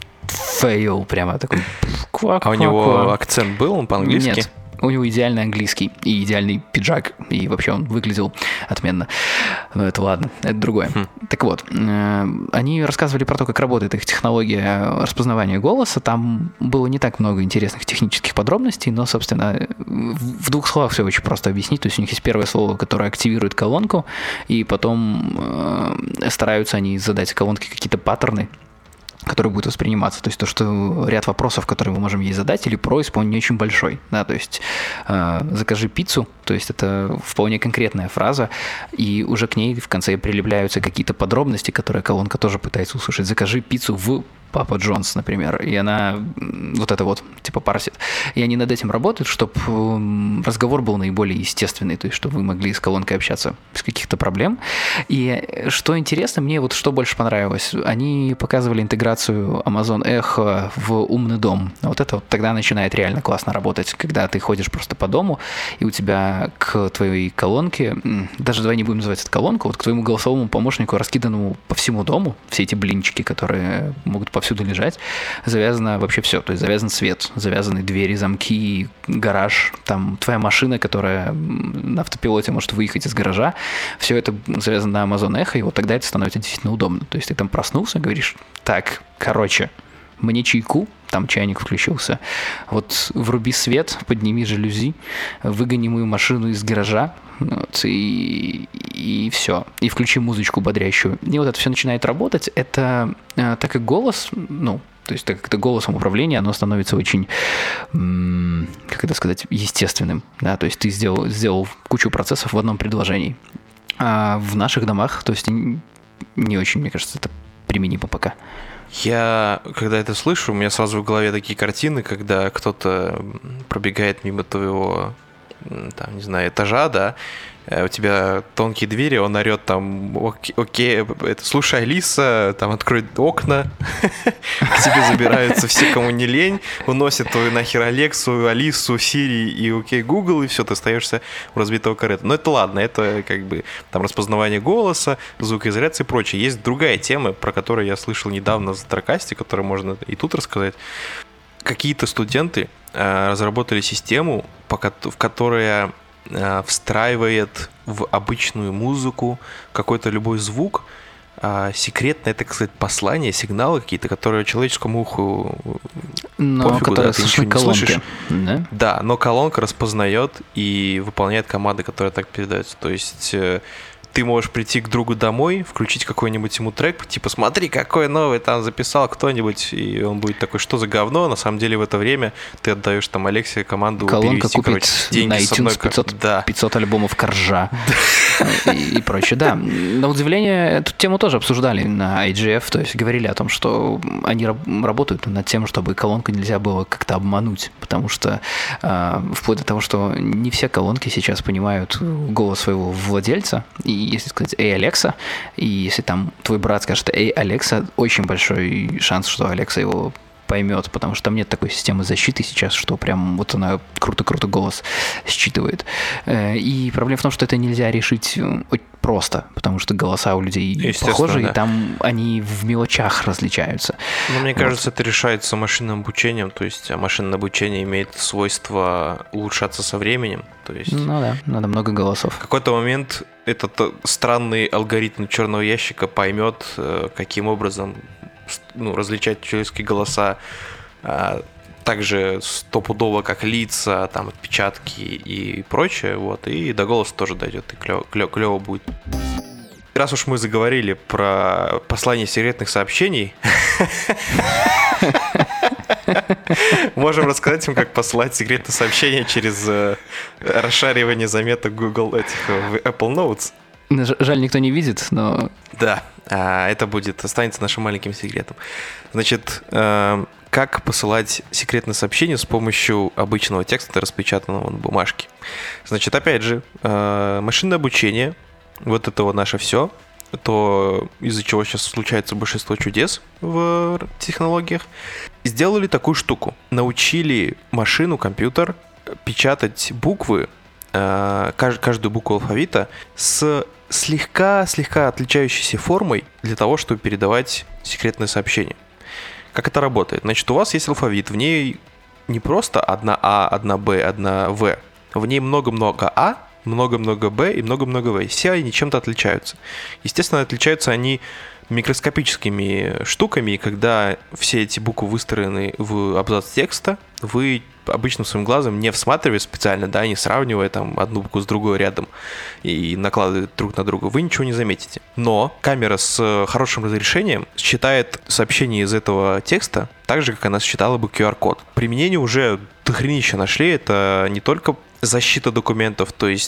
Speaker 1: фейл прямо такой.
Speaker 2: А у него акцент был, он по-английски?
Speaker 1: Нет. У него идеальный английский и идеальный пиджак, и вообще он выглядел отменно. Но это ладно, это другое. Хм. Так вот, э, они рассказывали про то, как работает их технология распознавания голоса. Там было не так много интересных технических подробностей, но, собственно, в, в двух словах все очень просто объяснить. То есть у них есть первое слово, которое активирует колонку, и потом э, стараются они задать колонке какие-то паттерны, который будет восприниматься. То есть то, что ряд вопросов, которые мы можем ей задать, или просьб, он не очень большой. Да? То есть э, закажи пиццу, то есть это вполне конкретная фраза, и уже к ней в конце прилепляются какие-то подробности, которые колонка тоже пытается услышать. Закажи пиццу в Папа Джонс, например, и она вот это вот, типа, парсит. И они над этим работают, чтобы разговор был наиболее естественный, то есть, чтобы вы могли с колонкой общаться без каких-то проблем. И что интересно, мне вот что больше понравилось, они показывали интеграцию Amazon Echo в умный дом. Вот это вот тогда начинает реально классно работать, когда ты ходишь просто по дому, и у тебя к твоей колонке, даже давай не будем называть это колонку, вот к твоему голосовому помощнику, раскиданному по всему дому, все эти блинчики, которые могут повсюду лежать, завязано вообще все. То есть завязан свет, завязаны двери, замки, гараж, там твоя машина, которая на автопилоте может выехать из гаража. Все это завязано на Amazon Echo, и вот тогда это становится действительно удобно. То есть ты там проснулся, говоришь, так, короче, мне чайку, там чайник включился, вот вруби свет, подними жалюзи, выгони мою машину из гаража, вот, и, и все. И включи музычку бодрящую. И вот это все начинает работать. Это так как голос, ну, то есть так как это голосом управления, оно становится очень, как это сказать, естественным. Да? То есть ты сделал, сделал кучу процессов в одном предложении. А в наших домах, то есть не очень, мне кажется, это применимо пока.
Speaker 2: Я, когда это слышу, у меня сразу в голове такие картины, когда кто-то пробегает мимо твоего, там, не знаю, этажа, да, у тебя тонкие двери, он орет там, окей, окей это, слушай, Алиса, там, открой окна, к тебе забираются все, кому не лень, уносят твою нахер Алексу, Алису, Сири и окей, Google, и все, ты остаешься у разбитого корыта. Но это ладно, это как бы там распознавание голоса, звукоизоляция и прочее. Есть другая тема, про которую я слышал недавно в Затракасте, которую можно и тут рассказать. Какие-то студенты э, разработали систему, по, в которой встраивает в обычную музыку какой-то любой звук, а, секретное, так сказать, послание, сигналы какие-то, которые человеческому уху
Speaker 1: но
Speaker 2: пофигу, да, ты ничего не слышишь.
Speaker 1: Да?
Speaker 2: Да, но колонка распознает и выполняет команды, которые так передаются. То есть ты можешь прийти к другу домой, включить какой-нибудь ему трек, типа, смотри, какой новый там записал кто-нибудь, и он будет такой, что за говно, на самом деле в это время ты отдаешь там Алексе команду
Speaker 1: колонка
Speaker 2: перевести, короче, деньги
Speaker 1: на
Speaker 2: с одной...
Speaker 1: пятьсот,
Speaker 2: да.
Speaker 1: пятьсот альбомов Коржа и, и прочее, да. На удивление, эту тему тоже обсуждали на ай джи эф, то есть говорили о том, что они работают над тем, чтобы колонку нельзя было как-то обмануть, потому что э, вплоть до того, что не все колонки сейчас понимают голос своего владельца, и если сказать «Эй, Алекса», и если там твой брат скажет «Эй, Алекса», очень большой шанс, что Алекса его поймет, потому что там нет такой системы защиты сейчас, что прям вот она круто-круто голос считывает. И проблема в том, что это нельзя решить просто, потому что голоса у людей похожи, да. И там они в мелочах различаются.
Speaker 2: Но мне вот. кажется, это решается машинным обучением, то есть машинное обучение имеет свойство улучшаться со временем. То есть
Speaker 1: ну да, надо много голосов.
Speaker 2: В какой-то момент этот странный алгоритм черного ящика поймет, каким образом ну, различать человеческие голоса а, также стопудово, как лица, там, отпечатки и прочее, вот, и до голоса тоже дойдет, и клево, клево, клево будет. Раз уж мы заговорили про послание секретных сообщений, можем рассказать им, как послать секретное сообщение через расшаривание заметок Google этих в Apple Notes.
Speaker 1: Жаль, никто не видит, но...
Speaker 2: Да, это будет, останется нашим маленьким секретом. Значит, как посылать секретное сообщение с помощью обычного текста, распечатанного на бумажке? Значит, опять же, машинное обучение, вот это вот наше все, то, из-за чего сейчас случается большинство чудес в технологиях, сделали такую штуку. Научили машину, компьютер печатать буквы, каждую букву алфавита с слегка-слегка отличающейся формой для того, чтобы передавать секретное сообщение. Как это работает? Значит, у вас есть алфавит, в ней не просто одна А, одна Б, одна В, в ней много-много А, много-много Б и много-много В. Все они чем-то отличаются. Естественно, отличаются они микроскопическими штуками, и когда все эти буквы выстроены в абзац текста, вы обычным своим глазом, не всматривая специально, да, не сравнивая там одну букву с другой рядом и накладывая друг на друга, вы ничего не заметите. Но камера с хорошим разрешением считает сообщение из этого текста так же, как она считала бы ку ар код. Применение уже дохренища нашли. Это не только защита документов, то есть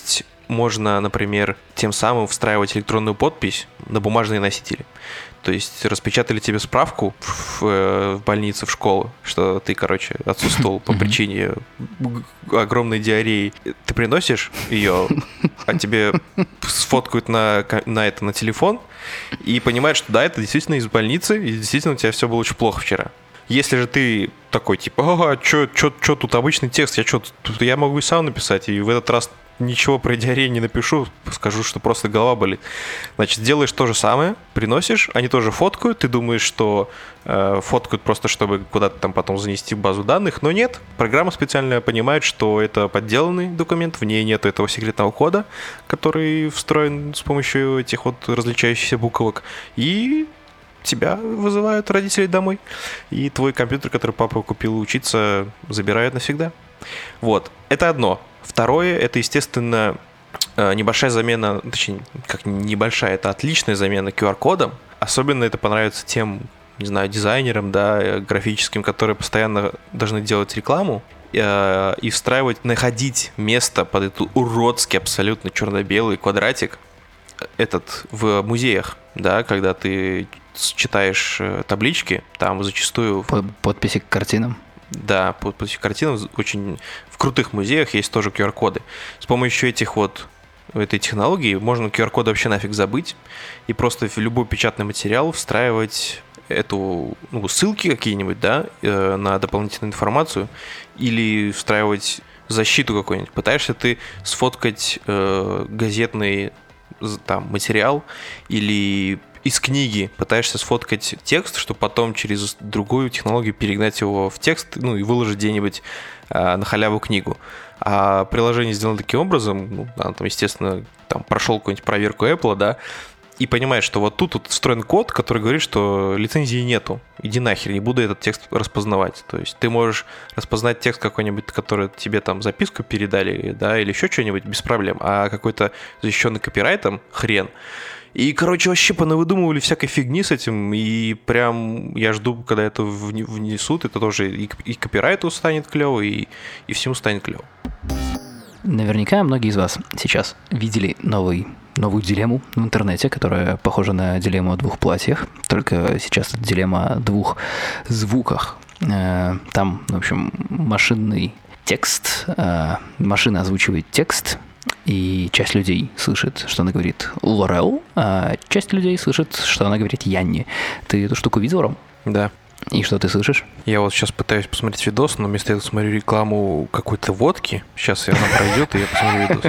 Speaker 2: можно, например, тем самым встраивать электронную подпись на бумажные носители. То есть распечатали тебе справку в, в больнице, в школу, что ты, короче, отсутствовал по причине огромной диареи. Ты приносишь ее, а тебе сфоткают на, на это, на телефон, и понимаешь, что да, это действительно из больницы, и действительно у тебя все было очень плохо вчера. Если же ты такой, типа, ага, чё, чё, чё тут обычный текст, я чё, тут я могу и сам написать, и в этот раз ничего про диарею не напишу, скажу, что просто голова болит. Значит, делаешь то же самое, приносишь, они тоже фоткают, ты думаешь, что э, фоткают просто, чтобы куда-то там потом занести в базу данных, но нет, программа специально понимает, что это подделанный документ, в ней нет этого секретного кода, который встроен с помощью этих вот различающихся буквок, и тебя вызывают родители домой, и твой компьютер, который папа купил учиться, забирают навсегда. Вот, это одно. Второе, это, естественно, небольшая замена, точнее, как небольшая, это отличная замена ку ар-кодом. Особенно это понравится тем, не знаю, дизайнерам, да, графическим, которые постоянно должны делать рекламу и встраивать, находить место под этот уродский, абсолютно черно-белый квадратик, этот в музеях, да, когда ты читаешь таблички, там зачастую...
Speaker 1: Подписи к картинам.
Speaker 2: Да, подписи к картинам. Очень в крутых музеях есть тоже ку ар-коды. С помощью этих вот, этой технологии можно ку ар-коды вообще нафиг забыть и просто в любой печатный материал встраивать эту, ну, ссылки какие-нибудь, да, на дополнительную информацию или встраивать защиту какую-нибудь. Пытаешься ты сфоткать э, газетный там материал или из книги пытаешься сфоткать текст, чтобы потом через другую технологию перегнать его в текст, ну и выложить где-нибудь а, на халяву книгу. А приложение сделано таким образом, ну, оно там, естественно, там прошел какую-нибудь проверку Apple, да, и понимает, что вот тут вот встроен код, который говорит, что лицензии нету, иди нахер, не буду этот текст распознавать. То есть ты можешь распознать текст какой-нибудь, который тебе там записку передали, да, или еще что-нибудь без проблем, а какой-то защищенный копирайтом хрен. И, короче, вообще понавыдумывали всякой фигни с этим, и прям я жду, когда это внесут, это тоже и, и копирайту станет клево, и, и всему станет клево.
Speaker 1: Наверняка многие из вас сейчас видели новый, новую дилемму в интернете, которая похожа на дилемму о двух платьях, только сейчас это дилемма о двух звуках. Там, в общем, машинный текст, машина озвучивает текст, и часть людей слышит, что она говорит Лорел, а часть людей слышит, что она говорит Янни. Ты эту штуку видел, Ром?
Speaker 2: Да.
Speaker 1: И что ты слышишь?
Speaker 2: Я вот сейчас пытаюсь посмотреть видос, но вместо этого смотрю рекламу какой-то водки. Сейчас она пройдет, и я посмотрю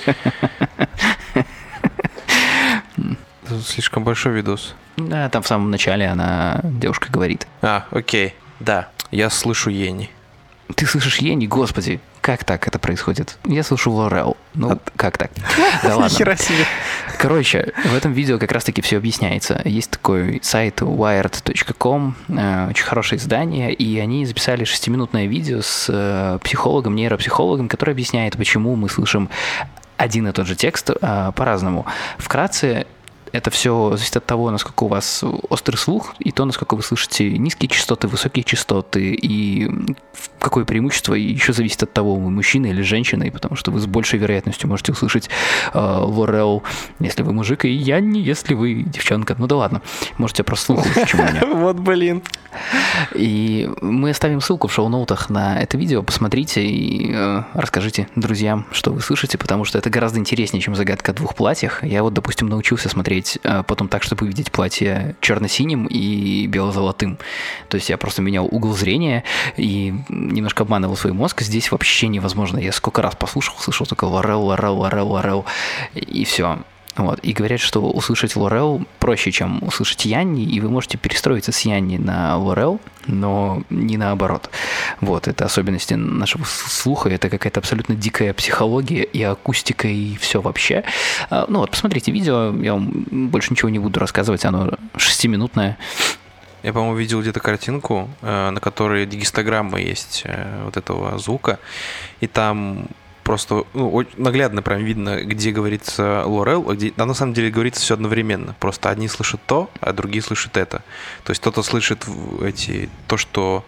Speaker 2: видос. Это слишком большой видос.
Speaker 1: Да, там в самом начале она, девушка говорит.
Speaker 2: А, окей, да, я слышу Янни.
Speaker 1: Ты слышишь Янни? Господи, как так это происходит? Я слышу Лорел. Ну, а... как так? Да ладно.
Speaker 2: Нихера себе.
Speaker 1: Короче, в этом видео как раз-таки все объясняется. Есть такой сайт уайред точка ком, очень хорошее издание, и они записали шестиминутное видео с психологом, нейропсихологом, который объясняет, почему мы слышим один и тот же текст по-разному. Вкратце, это все зависит от того, насколько у вас острый слух, и то, насколько вы слышите низкие частоты, высокие частоты, и какое преимущество еще зависит от того, вы мужчина или женщина, потому что вы с большей вероятностью можете услышать э, Лорел, если вы мужик, и Янни, если вы девчонка. Ну да ладно, можете просто слух лучше, чем у меня.
Speaker 2: Вот блин.
Speaker 1: И мы оставим ссылку в шоу-ноутах на это видео, посмотрите и э, расскажите друзьям, что вы слышите, потому что это гораздо интереснее, чем загадка о двух платьях. Я вот, допустим, научился смотреть э, потом так, чтобы увидеть платье черно-синим и бело-золотым. То есть я просто менял угол зрения и немножко обманывал свой мозг. Здесь вообще невозможно. Я сколько раз послушал, слышал только Лорел, Лорел, Лорел, Лорел, и все. Вот. И говорят, что услышать Лорел проще, чем услышать Янни, и вы можете перестроиться с Янни на Лорел, но не наоборот. Вот, это особенности нашего слуха, это какая-то абсолютно дикая психология и акустика, и все вообще. Ну вот, посмотрите видео, я вам больше ничего не буду рассказывать, оно шестиминутное.
Speaker 2: Я, по-моему, видел где-то картинку, на которой гистограмма есть вот этого звука, и там просто ну, наглядно прям видно, где говорится Лорел, а где... а на самом деле говорится все одновременно. Просто одни слышат то, а другие слышат это. То есть кто-то слышит эти... то, что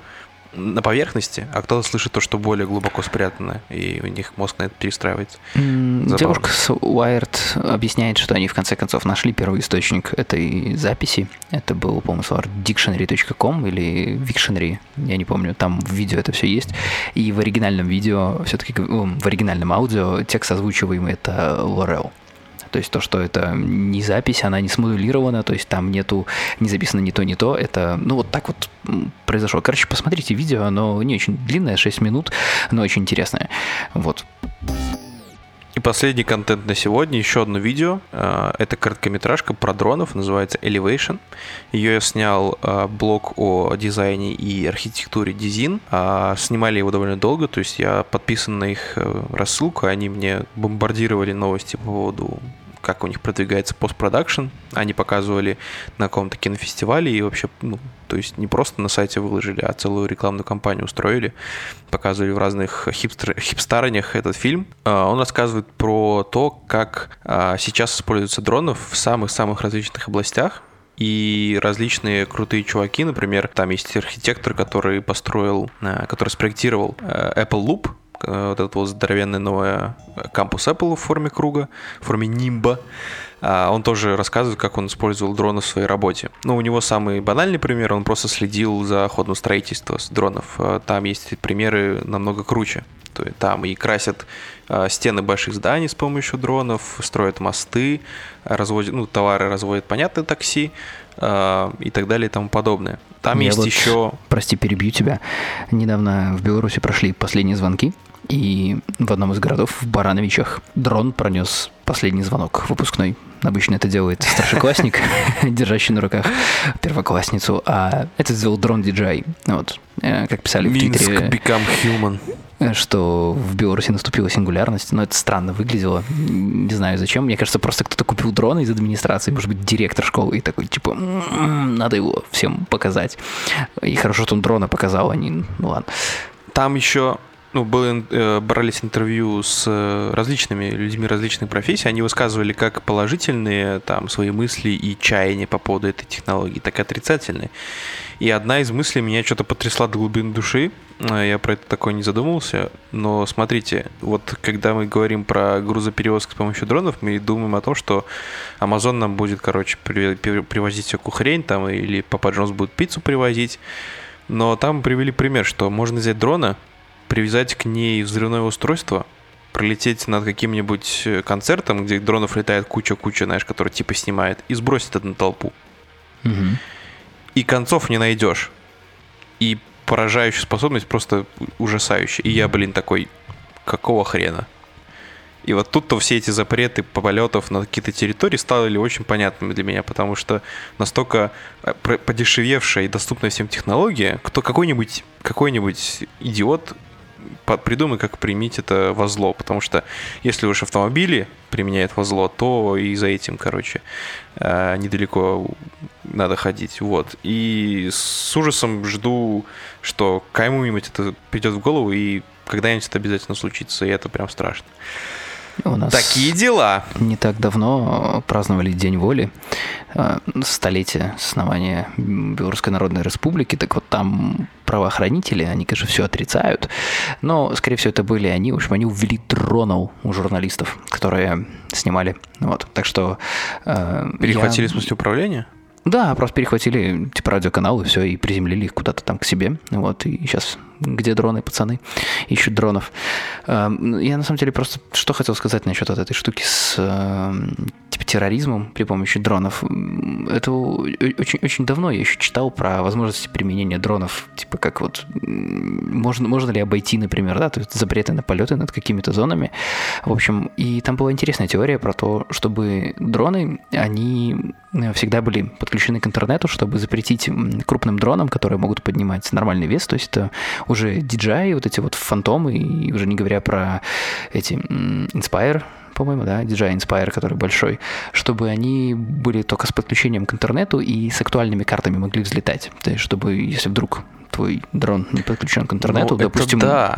Speaker 2: на поверхности, а кто-то слышит то, что более глубоко спрятано, и у них мозг на это перестраивается.
Speaker 1: Mm, девушка с Wired объясняет, что они в конце концов нашли первый источник этой записи. Это был, по-моему, словарь дикшенери точка ком или Wiktionary, я не помню, там в видео это все есть. И в оригинальном видео, все-таки в оригинальном аудио текст озвучиваемый — это Лорел. То есть то, что это не запись, она не смодулирована, то есть там нету, не записано ни то, ни то. Это, ну, вот так вот произошло. Короче, посмотрите видео, оно не очень длинное, шесть минут, но очень интересное. Вот.
Speaker 2: И последний контент на сегодня, еще одно видео. Это короткометражка про дронов, называется Elevation. Ее я снял блог о дизайне и архитектуре Дизин. Снимали его довольно долго, то есть я подписан на их рассылку, они мне бомбардировали новости по поводу, как у них продвигается постпродакшн. Они показывали на каком-то кинофестивале и вообще, ну, то есть не просто на сайте выложили, а целую рекламную кампанию устроили. Показывали в разных хипстер, хипстарнях этот фильм. Он рассказывает про то, как сейчас используются дроны в самых-самых различных областях. И различные крутые чуваки, например, там есть архитектор, который построил, который спроектировал Apple Loop, вот этот вот здоровенный новый кампус Apple в форме круга, в форме нимба. Он тоже рассказывает, как он использовал дроны в своей работе. Ну, у него самый банальный пример, он просто следил за ходом строительства с дронов. Там есть примеры намного круче. То есть там и красят стены больших зданий с помощью дронов, строят мосты, разводят, ну, товары разводят, понятно, такси и так далее и тому подобное. Там
Speaker 1: Я
Speaker 2: есть
Speaker 1: вот,
Speaker 2: еще...
Speaker 1: Прости, перебью тебя. Недавно в Беларуси прошли последние звонки, и в одном из городов, в Барановичах, дрон пронес последний звонок выпускной. Обычно это делает старшеклассник, держащий на руках первоклассницу, а это сделал дрон-ди джей ай. Вот, как писали в Твиттере,
Speaker 2: Minsk become human.
Speaker 1: Что в Беларуси наступила сингулярность, но это странно выглядело, не знаю зачем. Мне кажется, просто кто-то купил дрон из администрации, может быть, директор школы, и такой, типа, м-м, надо его всем показать. И хорошо, что он дрона показал, а не, ну ладно.
Speaker 2: Там еще... Ну, было, э, брались интервью с различными людьми различных профессий, они высказывали как положительные там свои мысли и чаяния по поводу этой технологии, так и отрицательные. И одна из мыслей меня что-то потрясла до глубины души, я про это такое не задумывался, но смотрите, вот когда мы говорим про грузоперевозку с помощью дронов, мы думаем о том, что Amazon нам будет, короче, привозить всякую хрень, там, или Папа Джонс будет пиццу привозить, но там привели пример, что можно взять дрона, привязать к ней взрывное устройство, пролететь над каким-нибудь концертом, где дронов летает куча-куча, знаешь, который типа снимает, и сбросить это на толпу.
Speaker 1: Угу.
Speaker 2: И концов не найдешь. И поражающая способность просто ужасающая. И я, блин, такой, какого хрена? И вот тут-то все эти запреты полетов на какие-то территории стали очень понятными для меня, потому что настолько подешевевшая и доступная всем технология, кто какой-нибудь, какой-нибудь идиот придумай, как применить это во зло, потому что если уж автомобили применяют во зло, то и за этим, короче, недалеко надо ходить, вот. И с ужасом жду, что кому-нибудь это придет в голову, и когда-нибудь это обязательно случится, и это прям страшно.
Speaker 1: У нас
Speaker 2: такие дела.
Speaker 1: Не так давно праздновали День воли, столетие основания Белорусской Народной Республики. Так вот там правоохранители, они, конечно, все отрицают, но, скорее всего, это были они. В общем, они увели дронов у журналистов, которые снимали. Вот, так что...
Speaker 2: Перехватили, я... в смысле, управления?
Speaker 1: Да, просто перехватили типа радиоканалы, все, и приземлили их куда-то там к себе. Вот, и сейчас где дроны, пацаны? Ищут дронов. Я на самом деле просто что хотел сказать насчет вот этой штуки с типа терроризмом при помощи дронов. Это очень, очень давно я еще читал про возможности применения дронов, типа как вот можно, можно ли обойти, например, да, то есть запреты на полеты над какими-то зонами. В общем, и там была интересная теория про то, чтобы дроны, они всегда были подключены к интернету, чтобы запретить крупным дронам, которые могут поднимать нормальный вес, то есть это уже ди джей ай, вот эти вот фантомы, и уже не говоря про эти Inspire, по-моему, да, ди джей ай Inspire, который большой, чтобы они были только с подключением к интернету и с актуальными картами могли взлетать. То есть, чтобы, если вдруг твой дрон не подключен к интернету,
Speaker 2: ну,
Speaker 1: допустим...
Speaker 2: Это да.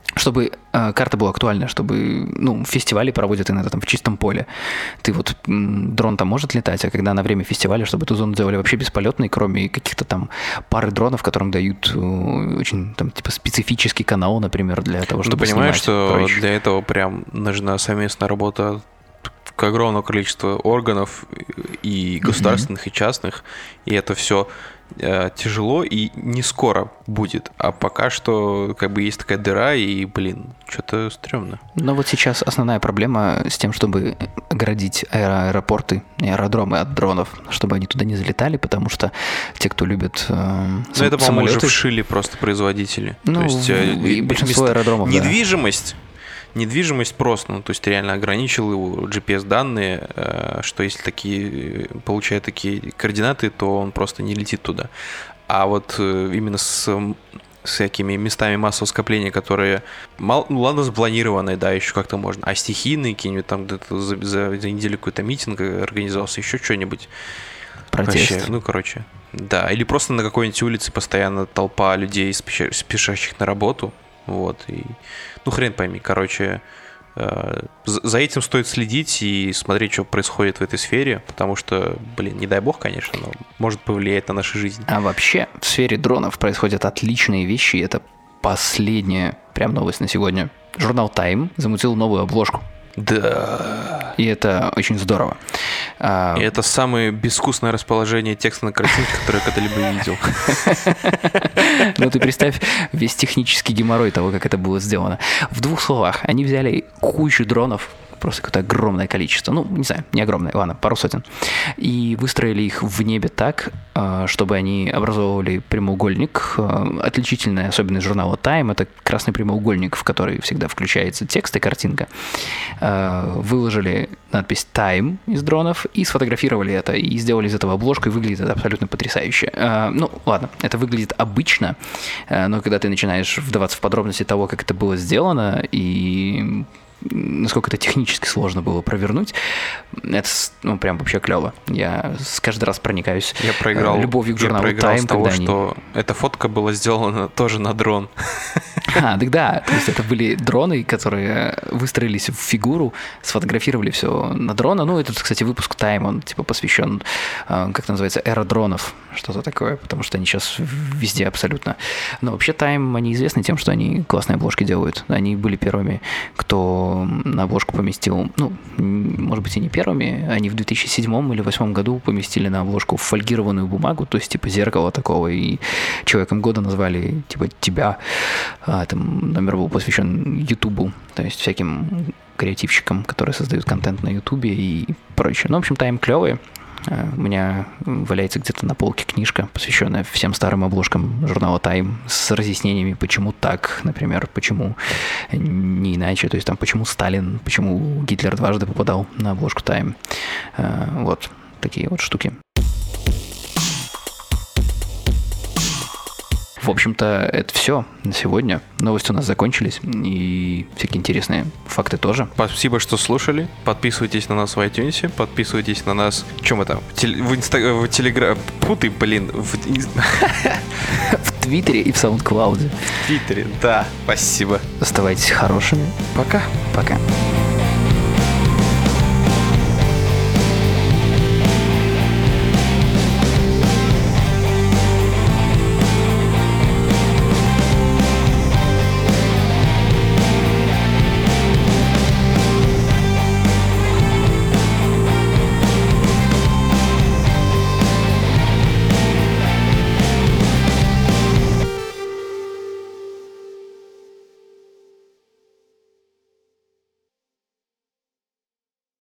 Speaker 1: чтобы э, карта была актуальна, чтобы, ну, фестивали проводят иногда там в чистом поле. Ты вот, м, дрон там может летать, а когда на время фестиваля, чтобы эту зону сделали вообще бесполетной, кроме каких-то там пары дронов, которым дают э, очень там типа специфический канал, например, для того, чтобы
Speaker 2: Ты понимаешь,
Speaker 1: снимать,
Speaker 2: что
Speaker 1: прочее.
Speaker 2: для этого прям нужна совместная работа огромного количества органов и государственных, mm-hmm. и частных, и это все э, тяжело и не скоро будет, а пока что как бы есть такая дыра, и, блин, что-то стрёмно.
Speaker 1: Но вот сейчас основная проблема с тем, чтобы оградить аэро- аэропорты и аэродромы от дронов, чтобы они туда не залетали, потому что те, кто любит э, сам,
Speaker 2: Ну, это, по-моему,
Speaker 1: самолеты...
Speaker 2: уже вшили просто производители.
Speaker 1: Ну,
Speaker 2: то есть, э,
Speaker 1: и большинство
Speaker 2: мест...
Speaker 1: аэродромов,
Speaker 2: недвижимость, да. Недвижимость просто, ну, то есть реально ограничил его джи пи эс-данные, что если такие, получает такие координаты, то он просто не летит туда. А вот именно с всякими местами массового скопления, которые, мало, ну ладно, запланированные, да, еще как-то можно, а стихийные какие-нибудь там где-то за, за, за неделю какой-то митинг организовался, еще что-нибудь.
Speaker 1: Протест.
Speaker 2: Вообще, ну, короче, да. Или просто на какой-нибудь улице постоянно толпа людей, спешащих на работу. Вот, и, ну, хрен пойми, короче, э, за этим стоит следить и смотреть, что происходит в этой сфере, потому что, блин, не дай бог, конечно, но может повлиять на нашу жизнь.
Speaker 1: А вообще, в сфере дронов происходят отличные вещи, и это последняя прям новость на сегодня. Журнал Time замутил новую обложку.
Speaker 2: Да.
Speaker 1: И это очень здорово.
Speaker 2: И это самое безвкусное расположение текста на картинке, которое я когда-либо видел.
Speaker 1: Ну, ты представь весь технический геморрой того, как это было сделано. В двух словах, они взяли кучу дронов, просто какое-то огромное количество, ну, не знаю, не огромное, ладно, пару сотен, и выстроили их в небе так, чтобы они образовывали прямоугольник. Отличительная особенность журнала Time — это красный прямоугольник, в который всегда включается текст и картинка. Выложили надпись Time из дронов и сфотографировали это, и сделали из этого обложку, и выглядит это абсолютно потрясающе. Ну, ладно, это выглядит обычно, но когда ты начинаешь вдаваться в подробности того, как это было сделано, и насколько это технически сложно было провернуть, это, ну, прям вообще клево. Я каждый раз проникаюсь
Speaker 2: я проиграл,
Speaker 1: любовью к журналу
Speaker 2: я проиграл
Speaker 1: Time,
Speaker 2: с того,
Speaker 1: когда
Speaker 2: что
Speaker 1: они...
Speaker 2: эта фотка была сделана тоже на дрон.
Speaker 1: А, так да, то есть это были дроны, которые выстроились в фигуру, сфотографировали все на дрона. Ну, этот, кстати, выпуск Time, он типа посвящен, как это называется, эра дронов, что-то такое, потому что они сейчас везде абсолютно. Но вообще Time, они известны тем, что они классные обложки делают. Они были первыми, кто на обложку поместил, ну, может быть, и не первыми, они в две тысячи седьмом или две тысячи восьмом году поместили на обложку фольгированную бумагу, то есть типа зеркало такого, и человеком года назвали типа тебя. А, там номер был посвящен Ютубу, то есть всяким креативщикам, которые создают контент на Ютубе и прочее. Ну, в общем, Time клевые. У меня валяется где-то на полке книжка, посвященная всем старым обложкам журнала Time, с разъяснениями, почему так, например, почему не иначе, то есть там почему Сталин, почему Гитлер дважды попадал на обложку Time. Вот такие вот штуки. В общем-то, это все на сегодня. Новости у нас закончились, и всякие интересные факты тоже.
Speaker 2: Спасибо, что слушали. Подписывайтесь на нас в iTunes, подписывайтесь на нас... Что мы там? В, Тел... в, инста... в Телеграм... Путай, блин. В...
Speaker 1: в Твиттере и в SoundCloud.
Speaker 2: В Твиттере, да. Спасибо.
Speaker 1: Оставайтесь хорошими.
Speaker 2: Пока.
Speaker 1: Пока.